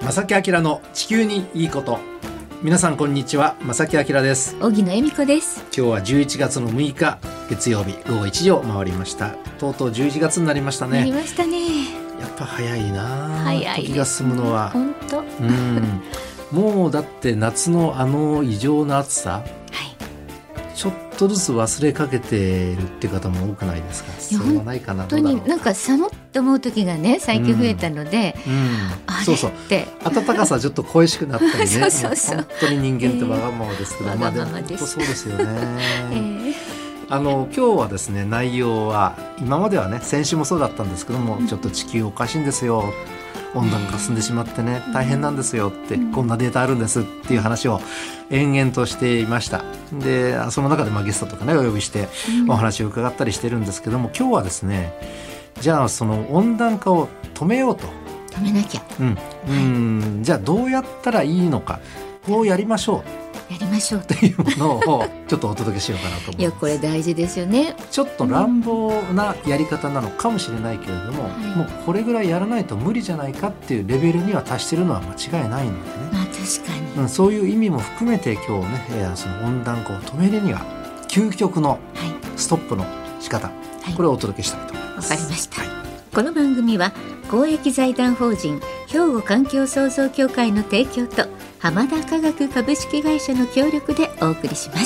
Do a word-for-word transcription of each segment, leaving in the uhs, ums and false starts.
正木明の地球にいいこと。皆さんこんにちは、正木明です。 荻野恵美子です。 今日はじゅういちがつのむいか月曜日、ごごいちじを回りました。とうとうじゅういちがつになりましたね。 なりましたね。 やっぱ早いな。 早いですね、 時が進むのは本当。 うんもうだって夏のあの異常な暑さ、 はい、 ちょっとずつ忘れかけてるって方も多くないですか。そうはないかな。 本当になんか寒って思う時がね最近増えたので、 うんうん、 あれってそうそう、暖かさちょっと恋しくなったりねそうそうそう、 本当に人間ってわがままですけど、 えー、 まあでもわがままです。 本当そうですよね、 えーあの今日はですね、内容は今まではね、先週もそうだったんですけども、うん、ちょっと地球おかしいんですよ、温暖化進んでしまってね、大変なんですよって、うん、こんなデータあるんですっていう話を延々としていました。でその中でまあゲストとかねお呼びしてお話を伺ったりしてるんですけども、今日はですね、じゃあその温暖化を止めようと、 止めなきゃ、 うん、うんじゃあどうやったらいいのか、こうやりましょうやりましょうというものをちょっとお届けしようかなと思います。 いやこれ大事ですよね。 ちょっと乱暴なやり方なのかもしれないけれども、うん、もうこれぐらいやらないと無理じゃないかっていうレベルには達しているのは間違いないのでね、 まあ確かに、 うん、そういう意味も含めて今日ね、えー、その温暖化を止めるには究極のストップの仕方、はい、これをお届けしたいと思います。 わかりました、はい、この番組は公益財団法人兵庫環境創造協会の提供と浜田科学株式会社の協力でお送りします。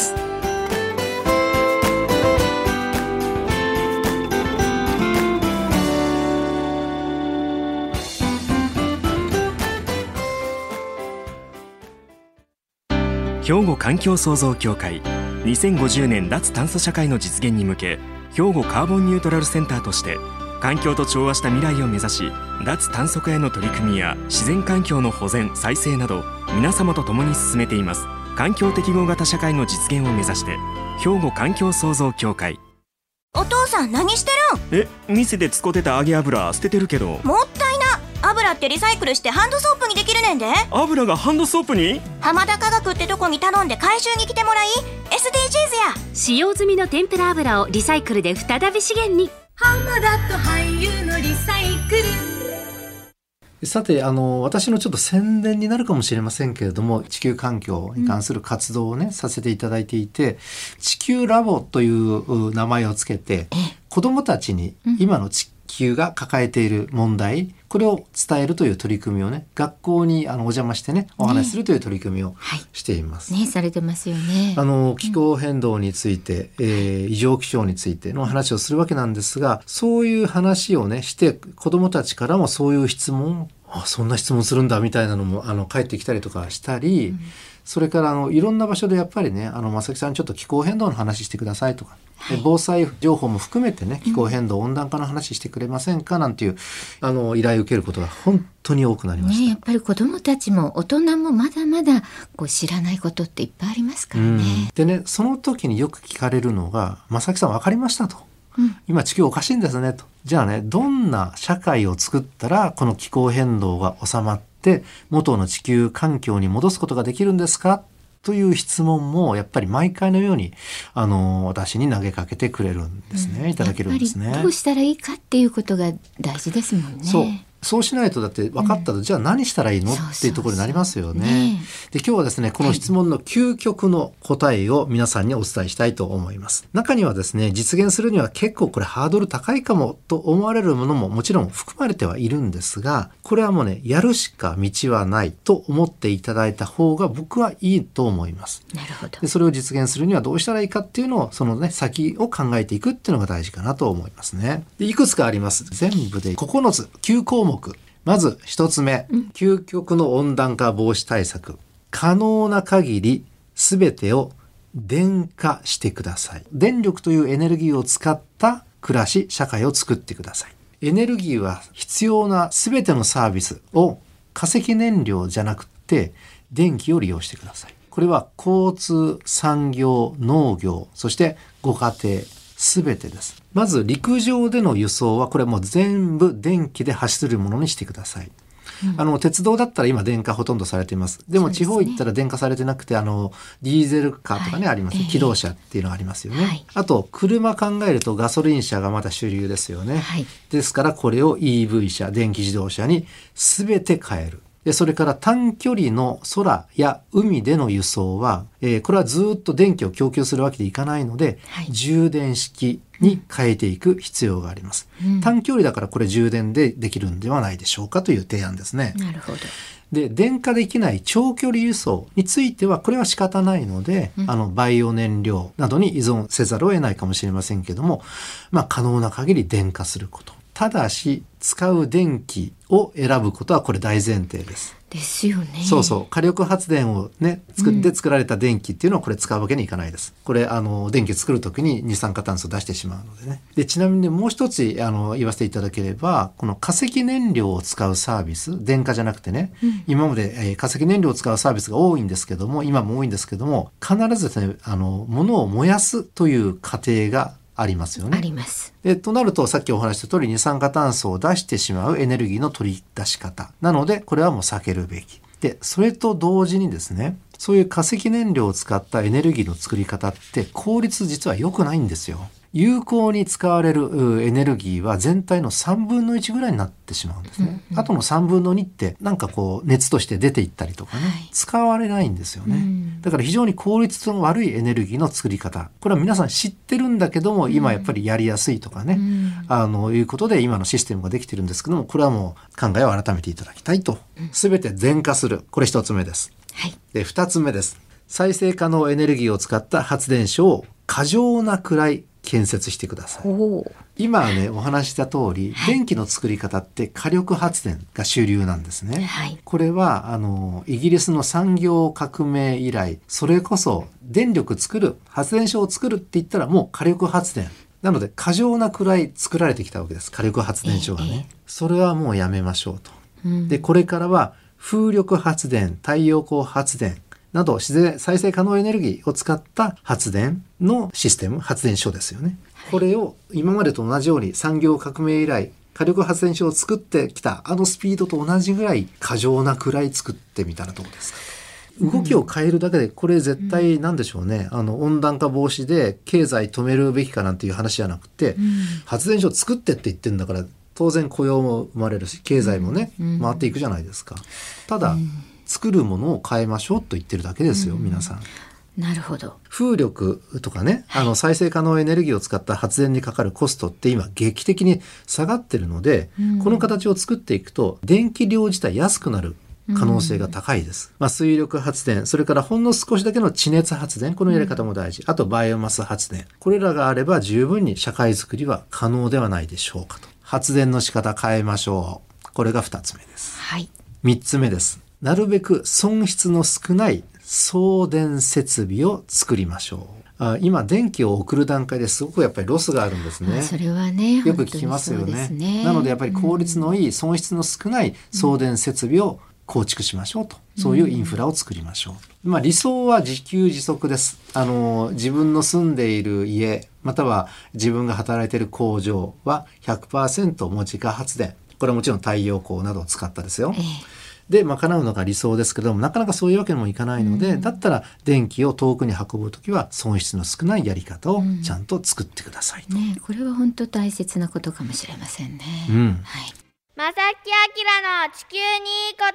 兵庫環境創造協会にせんごじゅうねん脱炭素社会の実現に向け、兵庫カーボンニュートラルセンターとして環境と調和した未来を目指し、脱炭素化への取り組みや自然環境の保全再生など皆様と共に進めています。環境適合型社会の実現を目指して、兵庫環境創造協会。 お父さん何してるん？ え、店で使ってた揚げ油捨ててるけど。 もったいな。油ってリサイクルしてハンドソープにできるねんで。 油がハンドソープに？ 浜田科学ってとこに頼んで回収に来てもらい エスディージーズ や。 使用済みの天ぷら油をリサイクルで再び資源に。 浜田と俳優のリサイクル。 さて、あの私のちょっと宣伝になるかもしれませんけれども、地球環境に関する活動をね、うん、させていただいていて、地球ラボという名前をつけて、子どもたちに今の地球が抱えている問題、うん、これを伝えるという取り組みをね、学校にあのお邪魔してねお話しするという取り組みをしています、 ね、はい、ね、されてますよね。 あの気候変動について、うん、えー、異常気象についての話をするわけなんですが、そういう話をねして子どもたちからもそういう質問、あ、そんな質問するんだみたいなのもあの返ってきたりとかしたり、うん、それからあのいろんな場所でやっぱりね、あの正木さんちょっと気候変動の話してくださいとか、はい、防災情報も含めてね、気候変動、うん、温暖化の話してくれませんかなんていうあの依頼を受けることが本当に多くなりました、 ね、やっぱり子どもたちも大人もまだまだこう知らないことっていっぱいありますからね、うん、 でね、その時によく聞かれるのが、正木さん分かりましたと、うん、今地球おかしいんですねと、じゃあね、どんな社会を作ったらこの気候変動が収まって元の地球環境に戻すことができるんですかという質問もやっぱり毎回のようにあの私に投げかけてくれるんですね、うん、いただけるんですね。 やっぱりどうしたらいいかっていうことが大事ですもんね。 そうそうしないと、だって分かったら、うん、じゃあ何したらいいのっていうところになりますよね。そうそうそうね。で、今日はですね、この質問の究極の答えを皆さんにお伝えしたいと思います。中にはですね、実現するには結構これハードル高いかもと思われるものももちろん含まれてはいるんですが、これはもうね、やるしか道はないと思っていただいた方が僕はいいと思います。 なるほど。 で、それを実現するにはどうしたらいいかっていうのを、そのね、先を考えていくっていうのが大事かなと思いますね。で、いくつかあります。全部でここのつ、きゅうこうもく。まず一つ目、うん、究極の温暖化防止対策。可能な限り全てを電化してください。電力というエネルギーを使った暮らし、社会を作ってください。エネルギーは必要な全てのサービスを化石燃料じゃなくて電気を利用してください。これは交通、産業、農業、そしてご家庭、すべてです。まず陸上での輸送はこれもう全部電気で走るものにしてください。うん、あの鉄道だったら今電化ほとんどされています。でも地方行ったら電化されてなくて、あのディーゼルカーとかね、はい、あります。気動車っていうのがありますよね。はい、あと車考えるとガソリン車がまた主流ですよね。はい、ですからこれを イーブイ 車、電気自動車に全て変える。 でそれから短距離の空や海での輸送は、えー、これはずっと電気を供給するわけでいかないので、はい、充電式に変えていく必要があります、うん、短距離だからこれ充電でできるんではないでしょうかという提案ですね。 なるほど。 で電化できない長距離輸送についてはこれは仕方ないので、うん、あのバイオ燃料などに依存せざるを得ないかもしれませんけども、まあ、可能な限り電化すること、ただし使う電気を選ぶことはこれ大前提です。 ですよね。 そうそう、火力発電をね作って作られた電気っていうのはこれ使うわけにいかないです。これあの電気作るときに二酸化炭素を出してしまうのでね。でちなみに、ね、もう一つあの言わせていただければ、この化石燃料を使うサービス、電化じゃなくてね、うん、今まで、えー、化石燃料を使うサービスが多いんですけども、今も多いんですけども、必ずですねあの物を燃やすという過程がありますよね。 あります。 でとなると、さっきお話した通り二酸化炭素を出してしまうエネルギーの取り出し方なので、これはもう避けるべきで、それと同時にですね、そういう化石燃料を使ったエネルギーの作り方って効率実は良くないんですよ。有効に使われるエネルギーは全体のさんぶんのいちぐらいになってしまうんですね、うんうん、あとのさんぶんのにってなんかこう熱として出ていったりとかね、はい、使われないんですよね、うん、だから非常に効率の悪いエネルギーの作り方、これは皆さん知ってるんだけども、今やっぱりやりやすいとかね、うん、あのいうことで今のシステムができてるんですけども、これはもう考えを改めていただきたいと、すべて電化する、これ一つ目です、はい、で二つ目です。再生可能エネルギーを使った発電所を過剰なくらい建設してください。今ねお話した通り、はい、電気の作り方って火力発電が主流なんですね、はい、これはあのイギリスの産業革命以来、それこそ電力作る発電所を作るって言ったらもう火力発電なので、過剰なくらい作られてきたわけです、火力発電所がね、ええ、それはもうやめましょうと、うん、でこれからは風力発電、太陽光発電など自然再生可能エネルギーを使った発電のシステム、発電所ですよね、はい、これを今までと同じように産業革命以来火力発電所を作ってきたあのスピードと同じぐらい過剰なくらい作ってみたらどうですか。動きを変えるだけでこれ絶対なんでしょうね、あの温暖化防止で経済止めるべきかなんていう話じゃなくて、うん、発電所を作ってって言ってるんだから当然雇用も生まれるし経済もね、うん、回っていくじゃないですか。ただ、うん作るものを変えましょうと言ってるだけですよ、うん、皆さん。 なるほど。 風力とかね、はい、あの再生可能エネルギーを使った発電にかかるコストって今劇的に下がってるので、うん、この形を作っていくと電気量自体安くなる可能性が高いです、うんまあ、水力発電、それからほんの少しだけの地熱発電、このやり方も大事、うん、あとバイオマス発電、これらがあれば十分に社会づくりは可能ではないでしょうかと。発電の仕方変えましょう、これがふたつめです、はい、みっつめです。なるべく損失の少ない送電設備を作りましょう。あ今電気を送る段階ですごくやっぱりロスがあるんですね。 それはねよく聞きますよ ね, ねなのでやっぱり効率のいい、損失の少ない送電設備を構築しましょうと、うん、そういうインフラを作りましょう、まあ、理想は自給自足です。あの自分の住んでいる家または自分が働いている工場は ひゃくパーセント も自家発電、これはもちろん太陽光などを使ったですよ、えーで賄うのが理想ですけども、なかなかそういうわけにもいかないので、うん、だったら電気を遠くに運ぶときは損失の少ないやり方をちゃんと作ってくださいと、 うんね、これは本当大切なことかもしれませんね、 うんはい、 まさきあきらの地球にいいこと。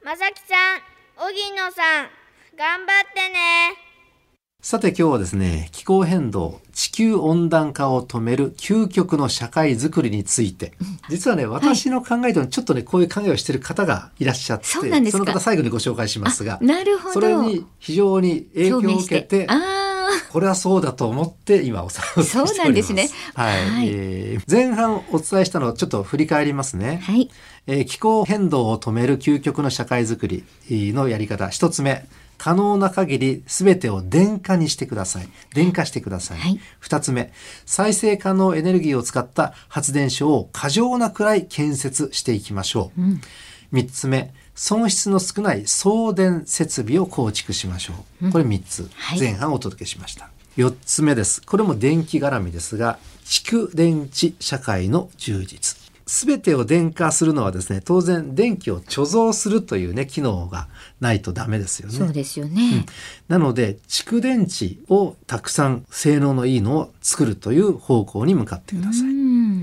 まさきさん、荻野さん頑張ってね。 さて今日はですね、気候変動、地球温暖化を止める究極の社会づくりについて、実はね私の考えとちょっとねこういう考えをしている方がいらっしゃって、 そうなんですか。 その方最後にご紹介しますが、 なるほど、 それに非常に影響を受けて、あこれはそうだと思って今お伝えしております。 そうなんですね、 はいはいえー、前半お伝えしたのをちょっと振り返りますね、はいえー、気候変動を止める究極の社会づくりのやり方、一つ目、可能な限り全てを電化にしてください。電化してください。はい、二つ目、再生可能エネルギーを使った発電所を過剰なくらい建設していきましょう。うん、三つ目、損失の少ない送電設備を構築しましょう。これ三つ、はい、前半お届けしました。四つ目です。これも電気絡みですが、蓄電池社会の充実。すべてを電化するのはですね、当然電気を貯蔵するというね機能がないとダメですよね。 そうですよね、うん、 なので蓄電池をたくさん性能のいいのを作るという方向に向かってください。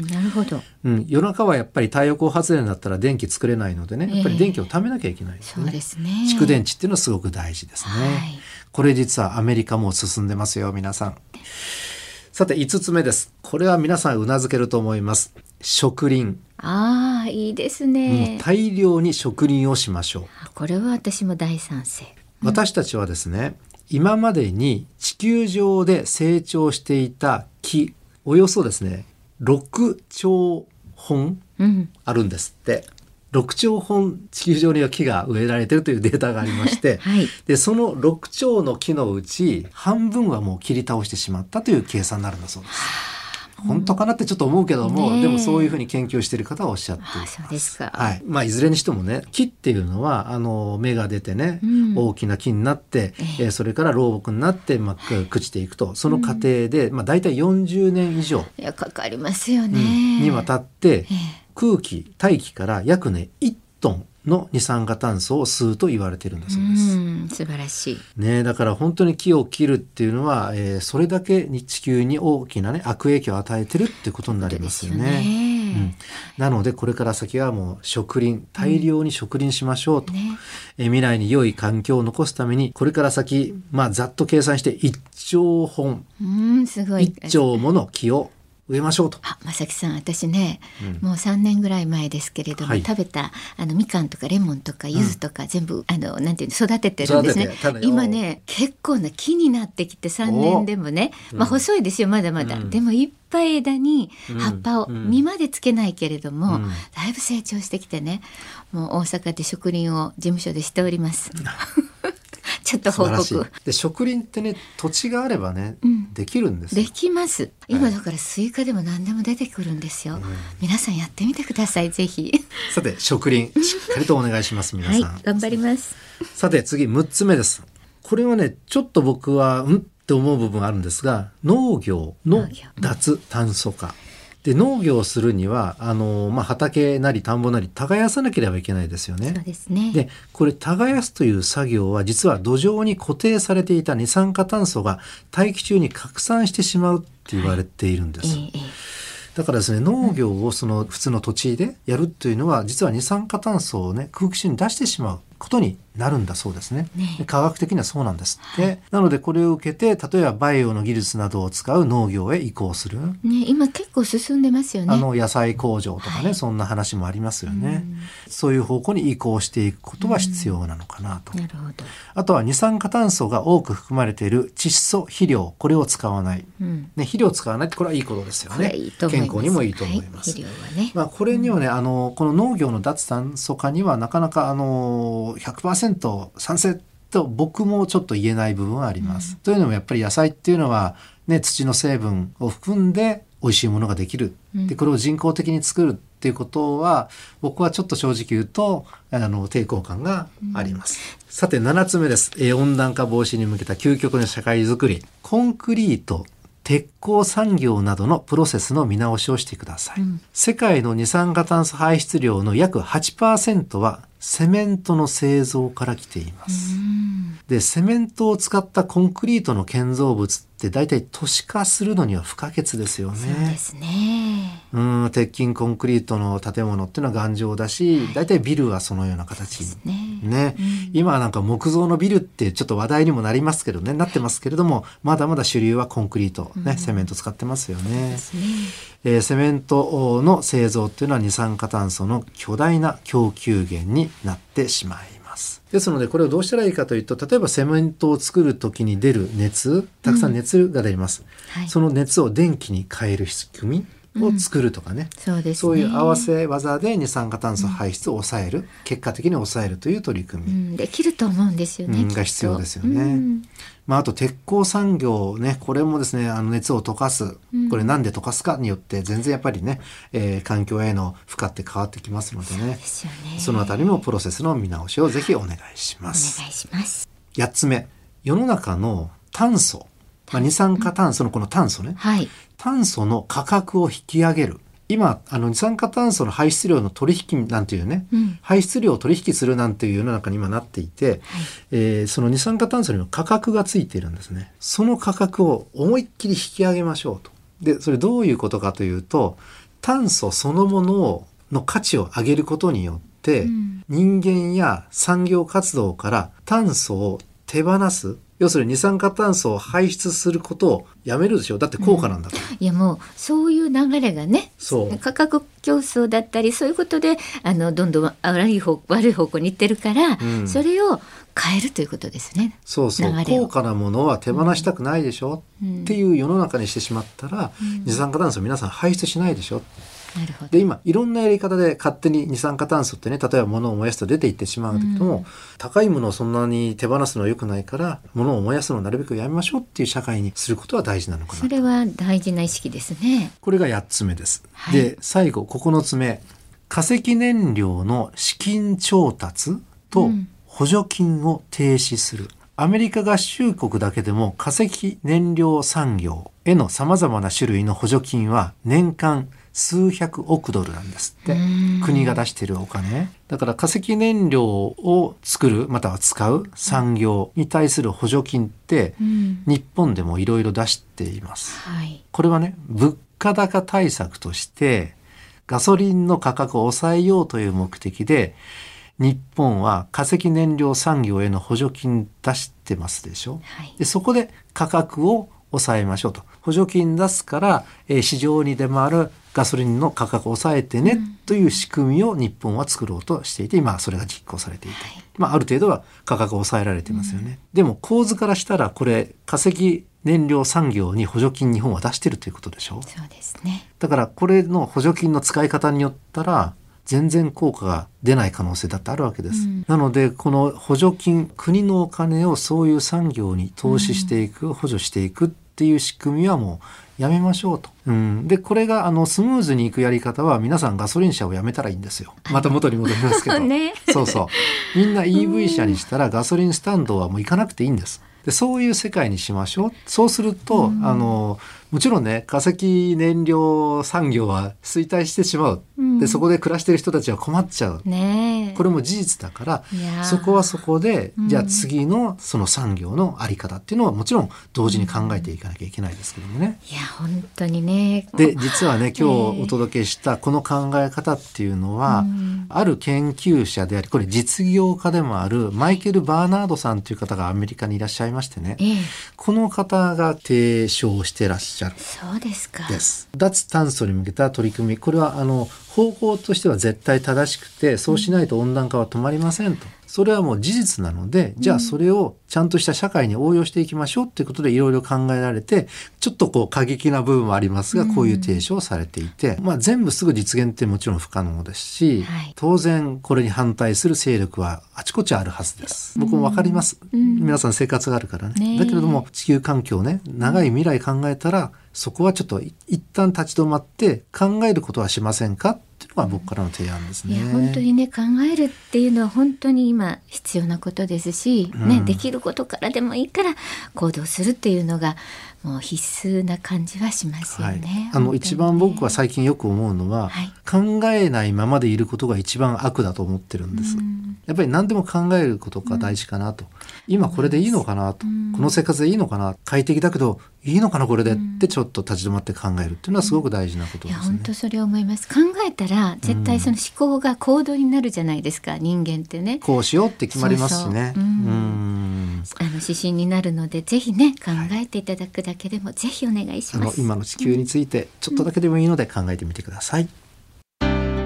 ん、なるほど。 うん、夜中はやっぱり太陽光発電だったら電気作れないのでね、やっぱり電気を貯めなきゃいけないですよね。 そうですね。 蓄電池っていうのはすごく大事ですね。 はい、 これ実はアメリカも進んでますよ、皆さん。さていつつめです。これは皆さんうなずけると思います。植林。 ああ、いいですもうね。 大量に植林をしましょう。 これは私も大賛成。 私たちはですね、今までに地球上で成長していた木、およそですね、ろくちょうほんうん、 あるんですって。ろくちょうほん地球上には木が植えられているというデータがありまして、 はい、 でそのろくちょうの木のうち半分はもう切り倒してしまったという計算になるんだそうです。本当かなってちょっと思うけども、 ね、 でもそういうふうに研究している方はおっしゃっています。 あ、そうですか。 はい。まあいずれにしてもね、木っていうのはあの芽が出てね、うん、大きな木になって、えー、それから老木になって、まあ、朽ちていくと、その過程で、うん、まあ大体よんじゅうねん以上いやかかりますよね、 うん、にわたって、えー、空気大気から約ねいちトンの二酸化炭素を吸うと言われているんだそうです。 うん、素晴らしい、 ね、だから本当に木を切るっていうのは、えー、それだけに地球に大きな、ね、悪影響を与えてるってことになりますよね。 ですよね、 うん、なのでこれから先はもう植林、大量に植林しましょうと、うんね、えー、未来に良い環境を残すためにこれから先、まあ、ざっと計算していっちょうほん、 うん、すごい、 いっちょうもの木を植えましょうと。 あ、正木さん、私ね、うん、もうさんねんぐらい前ですけれども、はい、食べたあのみかんとかレモンとか柚子とか、うん、全部あのなんていうの育ててるんですね。今ね結構な木になってきてさんねんでもね、まあ細いですよまだまだ、うん、でもいっぱい枝に葉っぱを、うん、実までつけないけれども、うん、だいぶ成長してきてね、もう大阪で植林を事務所でしておりますちょっと報告で、植林ってね、土地があればね、うん、できるんですよ。 できます。今だからスイカでも何でも出てくるんですよ、うん、皆さんやってみてください、ぜひ。 さて植林しっかりとお願いします皆さん、 はい、頑張ります。 さて次むっつめです。これはねちょっと僕はうんって思う部分あるんですが、農業の脱炭素化で、農業をするにはあの、まあ、畑なり田んぼなり耕さなければいけないですよね。 そうですね。 でこれ耕すという作業は実は土壌に固定されていた二酸化炭素が大気中に拡散してしまうって言われているんです、はい、ええ、だからですね、農業をその普通の土地でやるというのは実は二酸化炭素をね空気中に出してしまうことになるんだそうですね。ね、科学的にはそうなんですって、はい、なのでこれを受けて例えばバイオの技術などを使う農業へ移行する、 ね、今結構進んでますよね。 あの野菜工場とかね、はい、そんな話もありますよね。そういう方向に移行していくことは必要なのかなと。 なるほど。 あとは二酸化炭素が多く含まれている窒素肥料、これを使わない、うん、ね、肥料を使わないってこれはいいことですよね。 いいと思います。 健康にもいいと思います、 はい、肥料はね、 まあ、これにはね、うん、あのこの農業の脱炭素化にはなかなかあの ひゃくパーセント 賛成と僕もちょっと言えない部分はあります、うん、というのもやっぱり野菜っていうのは、ね、土の成分を含んで美味しいものができる、うん、でこれを人工的に作るっていうことは僕はちょっと正直言うとあの抵抗感があります、うん、さてななつめです、えー、温暖化防止に向けた究極の社会づくり、コンクリート鉄鋼産業などのプロセスの見直しをしてください、うん、世界の二酸化炭素排出量の約 はちパーセント はセメントの製造から来ています。で、セメントを使ったコンクリートの建造物って大体都市化するのには不可欠ですよね。 そうですね。 うん、鉄筋コンクリートの建物っていうのは頑丈だし、大体ビルはそのような形ね。ね、うん、今はなんか木造のビルってちょっと話題にもなりますけどね、なってますけれども、まだまだ主流はコンクリート、ね、うん、セメント使ってますよね。そうですね。えー、セメントの製造っていうのは二酸化炭素の巨大な供給源になってしまいます。ですのでこれをどうしたらいいかというと、例えばセメントを作る時に出る熱、たくさん熱が出ます、うんはい、その熱を電気に変える仕組みを作るとかね、うん、そうですね、そういう合わせ技で二酸化炭素排出を抑える、うん、結果的に抑えるという取り組み、うん、 できると思うんですよね、 うん、が必要ですよね、うん、まあ、あと鉄鋼産業ね、これもですね、あの熱を溶かす、これなんで溶かすかによって全然やっぱりね、えー、環境への負荷って変わってきますのでね、 そうですよね、そのあたりもプロセスの見直しをぜひお願いします。 お願いします。 やっつめ、世の中の炭素、まあ、二酸化炭素のこの炭素ね、はい、炭素の価格を引き上げる。今あの二酸化炭素の排出量の取引なんていうね、うん、排出量を取引するなんていう世の中に今なっていて、はい、えー、その二酸化炭素にも価格がついているんですね。その価格を思いっきり引き上げましょうと。でそれどういうことかというと、 炭素そのものの価値を上げることによって、うん、人間や産業活動から炭素を手放す、要するに二酸化炭素を排出することをやめるでしょ。だって効果なんだから、 うん、いやもうそういう流れがね、そう価格競争だったりそういうことであのどんどん悪い方悪い方向に行ってるから、うん、それを変えるということですね。 そうそう、高価なものは手放したくないでしょ、うん、っていう世の中にしてしまったら、うん、二酸化炭素皆さん排出しないでしょ。 なるほど。 で今いろんなやり方で勝手に二酸化炭素ってね、例えば物を燃やすと出ていってしまうけども、うん、高いものをそんなに手放すのは良くないから物を燃やすのをなるべくやめましょうっていう社会にすることは大事なのかなと。 それは大事な意識ですね。 これがやっつめです、はい、で最後ここのつめ、化石燃料の資金調達と補助金を停止する、うん、アメリカ合衆国だけでも化石燃料産業へのさまざまな種類の補助金は年間数百億ドルなんですって。国が出しているお金だから、化石燃料を作るまたは使う産業に対する補助金って日本でもいろいろ出しています、はい、これはね、物価高対策としてガソリンの価格を抑えようという目的で日本は化石燃料産業への補助金出してますでしょ、はい、でそこで価格を抑えましょうと。補助金出すから、えー、市場に出回るガソリンの価格を抑えてね、うん、という仕組みを日本は作ろうとしていて、今それが実行されていて、はい、まあ、ある程度は価格を抑えられてますよね、うん、でも構図からしたらこれ化石燃料産業に補助金日本は出してるということでしょ。 そうですね。 だからこれの補助金の使い方によったら全然効果が出ない可能性だってあるわけです、うん、なのでこの補助金、国のお金をそういう産業に投資していく、うん、補助していくっていう仕組みはもうやめましょうと、うん、でこれがあのスムーズにいくやり方は皆さんガソリン車をやめたらいいんですよ。また元に戻りますけど、ね、そうそうみんな イーブイ 車にしたらガソリンスタンドはもう行かなくていいんです。でそういう世界にしましょう。そうすると、うん、あのもちろんね、化石燃料産業は衰退してしまう、うん、でそこで暮らしている人たちは困っちゃう、ね、これも事実だから、そこはそこで、うん、じゃあ次のその産業のあり方っていうのはもちろん同時に考えていかなきゃいけないですけどもね、 うん、いや本当にね。 で実はね、今日お届けしたこの考え方っていうのは、うん、ある研究者であり、これ実業家でもあるマイケル・バーナードさんという方がアメリカにいらっしゃいましてね、ええ、この方が提唱してらっしゃる。 そうですか。 です。脱炭素に向けた取り組み、これはあの方向としては絶対正しくて、そうしないと温暖化は止まりませんと、うん、それはもう事実なので、じゃあそれをちゃんとした社会に応用していきましょうということでいろいろ考えられて、ちょっとこう過激な部分はありますが、こういう提唱をされていて、うん、まあ、全部すぐ実現ってもちろん不可能ですし、はい、当然これに反対する勢力はあちこちあるはずです。僕もわかります、うん、皆さん生活があるから ね, ねだけれども地球環境ね、長い未来考えたら、そこはちょっと一旦立ち止まって考えることはしませんかっていうのが僕からの提案ですね。 いや本当にね、考えるっていうのは本当に今必要なことですし、うん、ね、できることからでもいいから行動するっていうのがもう必須な感じはしますよね。はい、 あの一番僕は最近よく思うのは、はい、考えないままでいることが一番悪だと思ってるんです。うん、やっぱり何でも考えることが大事かなと、うん、今これでいいのかなと、うん、この生活でいいのかな、快適だけどいいのかなこれで、うん、ってちょっと立ち止まって考えるっていうのはすごく大事なことですね。 いや本当それを思います。考えたら絶対その思考が行動になるじゃないですか、人間ってね。 こうしようって決まりますしね。そうそう、うん、 うんあの指針になるので、ぜひね考えていただくだけでも、はい、ぜひお願いします。 あの今の地球についてちょっとだけでもいいので考えてみてください。 うん、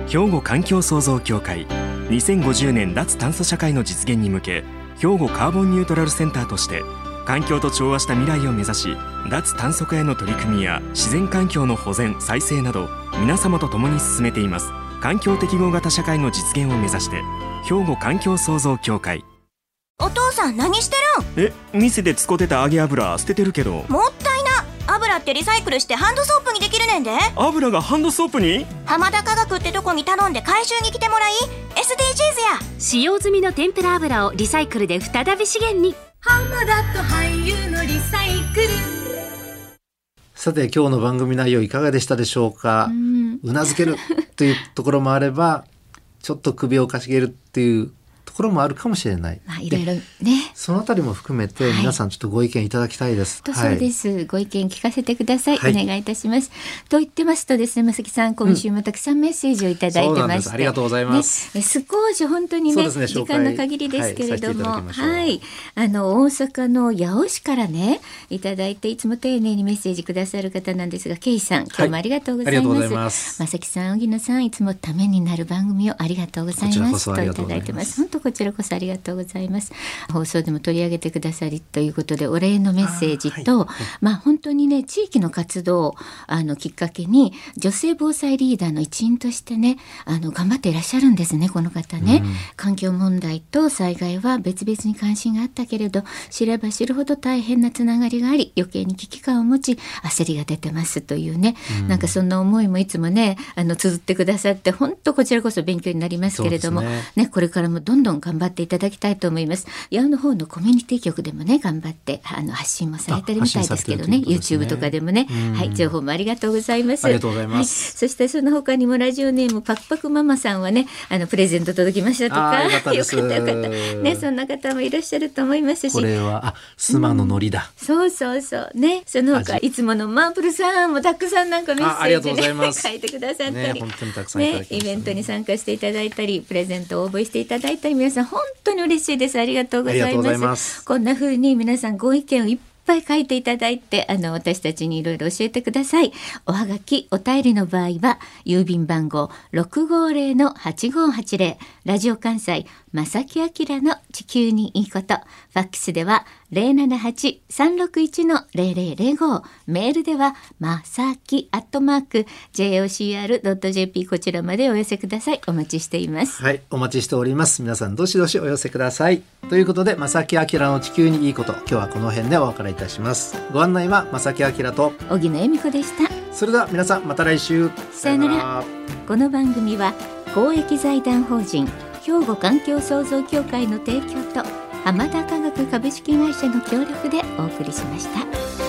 兵庫環境創造協会にせんごじゅうねん脱炭素社会の実現に向け、兵庫カーボンニュートラルセンターとして環境と調和した未来を目指し、脱炭素化への取り組みや自然環境の保全再生など皆様と共に進めています。環境適合型社会の実現を目指して、兵庫環境創造協会。 お父さん何してるん？ え、店で使ってた揚げ油捨ててるけど。 もったいな。油ってリサイクルしてハンドソープにできるねんで。 油がハンドソープに？ 浜田化学ってとこに頼んで回収に来てもらい、 エスディージーズ や。 使用済みの天ぷら油をリサイクルで再び資源に。 浜田と俳優のリサイクル。 さて今日の番組内容いかがでしたでしょうか。うん、うなずけるというところもあれば、ちょっと首をかしげるっていうところもあるかもしれない、 まあ、いろいろねそのあたりも含めて皆さんちょっとご意見いただきたいです。 はい、そうです、はい、ご意見聞かせてください、はい、お願いいたします。と言ってますとですね、まさきさん今週もたくさんメッセージをいただいてまして、うん、そうなんです、 ありがとうございます、 ね、少し本当に ね, ね時間の限りですけれども、はい、はい、あの大阪の八尾市からねいただいて、いつも丁寧にメッセージくださる方なんですが、ケイさん今日もありがとうございます、はい、ありがとうございます。まさきさん、荻野さん、いつもためになる番組をありがとうございますといただいてます。本当こちらこそありがとうございます。放送でも取り上げてくださりということでお礼のメッセージと、はいはい、まあ本当にね地域の活動をあのきっかけに女性防災リーダーの一員としてねあの頑張っていらっしゃるんですね、この方ね、うん、環境問題と災害は別々に関心があったけれど、知れば知るほど大変なつながりがあり、余計に危機感を持ち焦りが出てますというね、うん、なんかそんな思いもいつもねあの綴ってくださって、本当こちらこそ勉強になりますけれども、ねね、これからもどんどん頑張っていただきたいと思います。八尾の方のコミュニティ局でもね頑張ってあの発信もされてるみたいですけどね、YouTube とかでもね、はい、情報もありがとうございます。 ありがとうございます、 はい、そしてその他にもラジオネームパクパクママさんはねあのプレゼント届きましたとか、 よかったですよかったよかったね、そんな方もいらっしゃると思いますし、 これはあスマの海苔だ、 うん、そうそうそうね、その他いつものマープルさんもたくさんなんかメッセージ、ね、書いてくださったり、 ね、本当にたくさんいただきましたね、 イベントに参加していただいたりプレゼントを応募していただいたり、皆さん本当に嬉しいです。ありがとうございます。ありがとうございます。こんな風に皆さんご意見をいっぱい書いていただいて、あの私たちにいろいろ教えてください。おはがきお便りの場合は郵便番号 ろくごーぜろのはちごーはちぜろ、ラジオ関西正木明の地球にいいこと、ファックスでは ゼロななはちさんろくいちのゼロゼロゼロご、メールではまさきアットマーク ジェイオーシーアールドットジェーピー こちらまでお寄せください。お待ちしています。 はい、お待ちしております。皆さんどしどしお寄せください。ということで、正木明の地球にいいこと、今日はこの辺でお別れいたします。ご案内は正木明と荻野恵美子でした。 それでは皆さんまた来週、 さよなら。この番組は公益財団法人兵庫環境創造協会の提供と浜田科学株式会社の協力でお送りしました。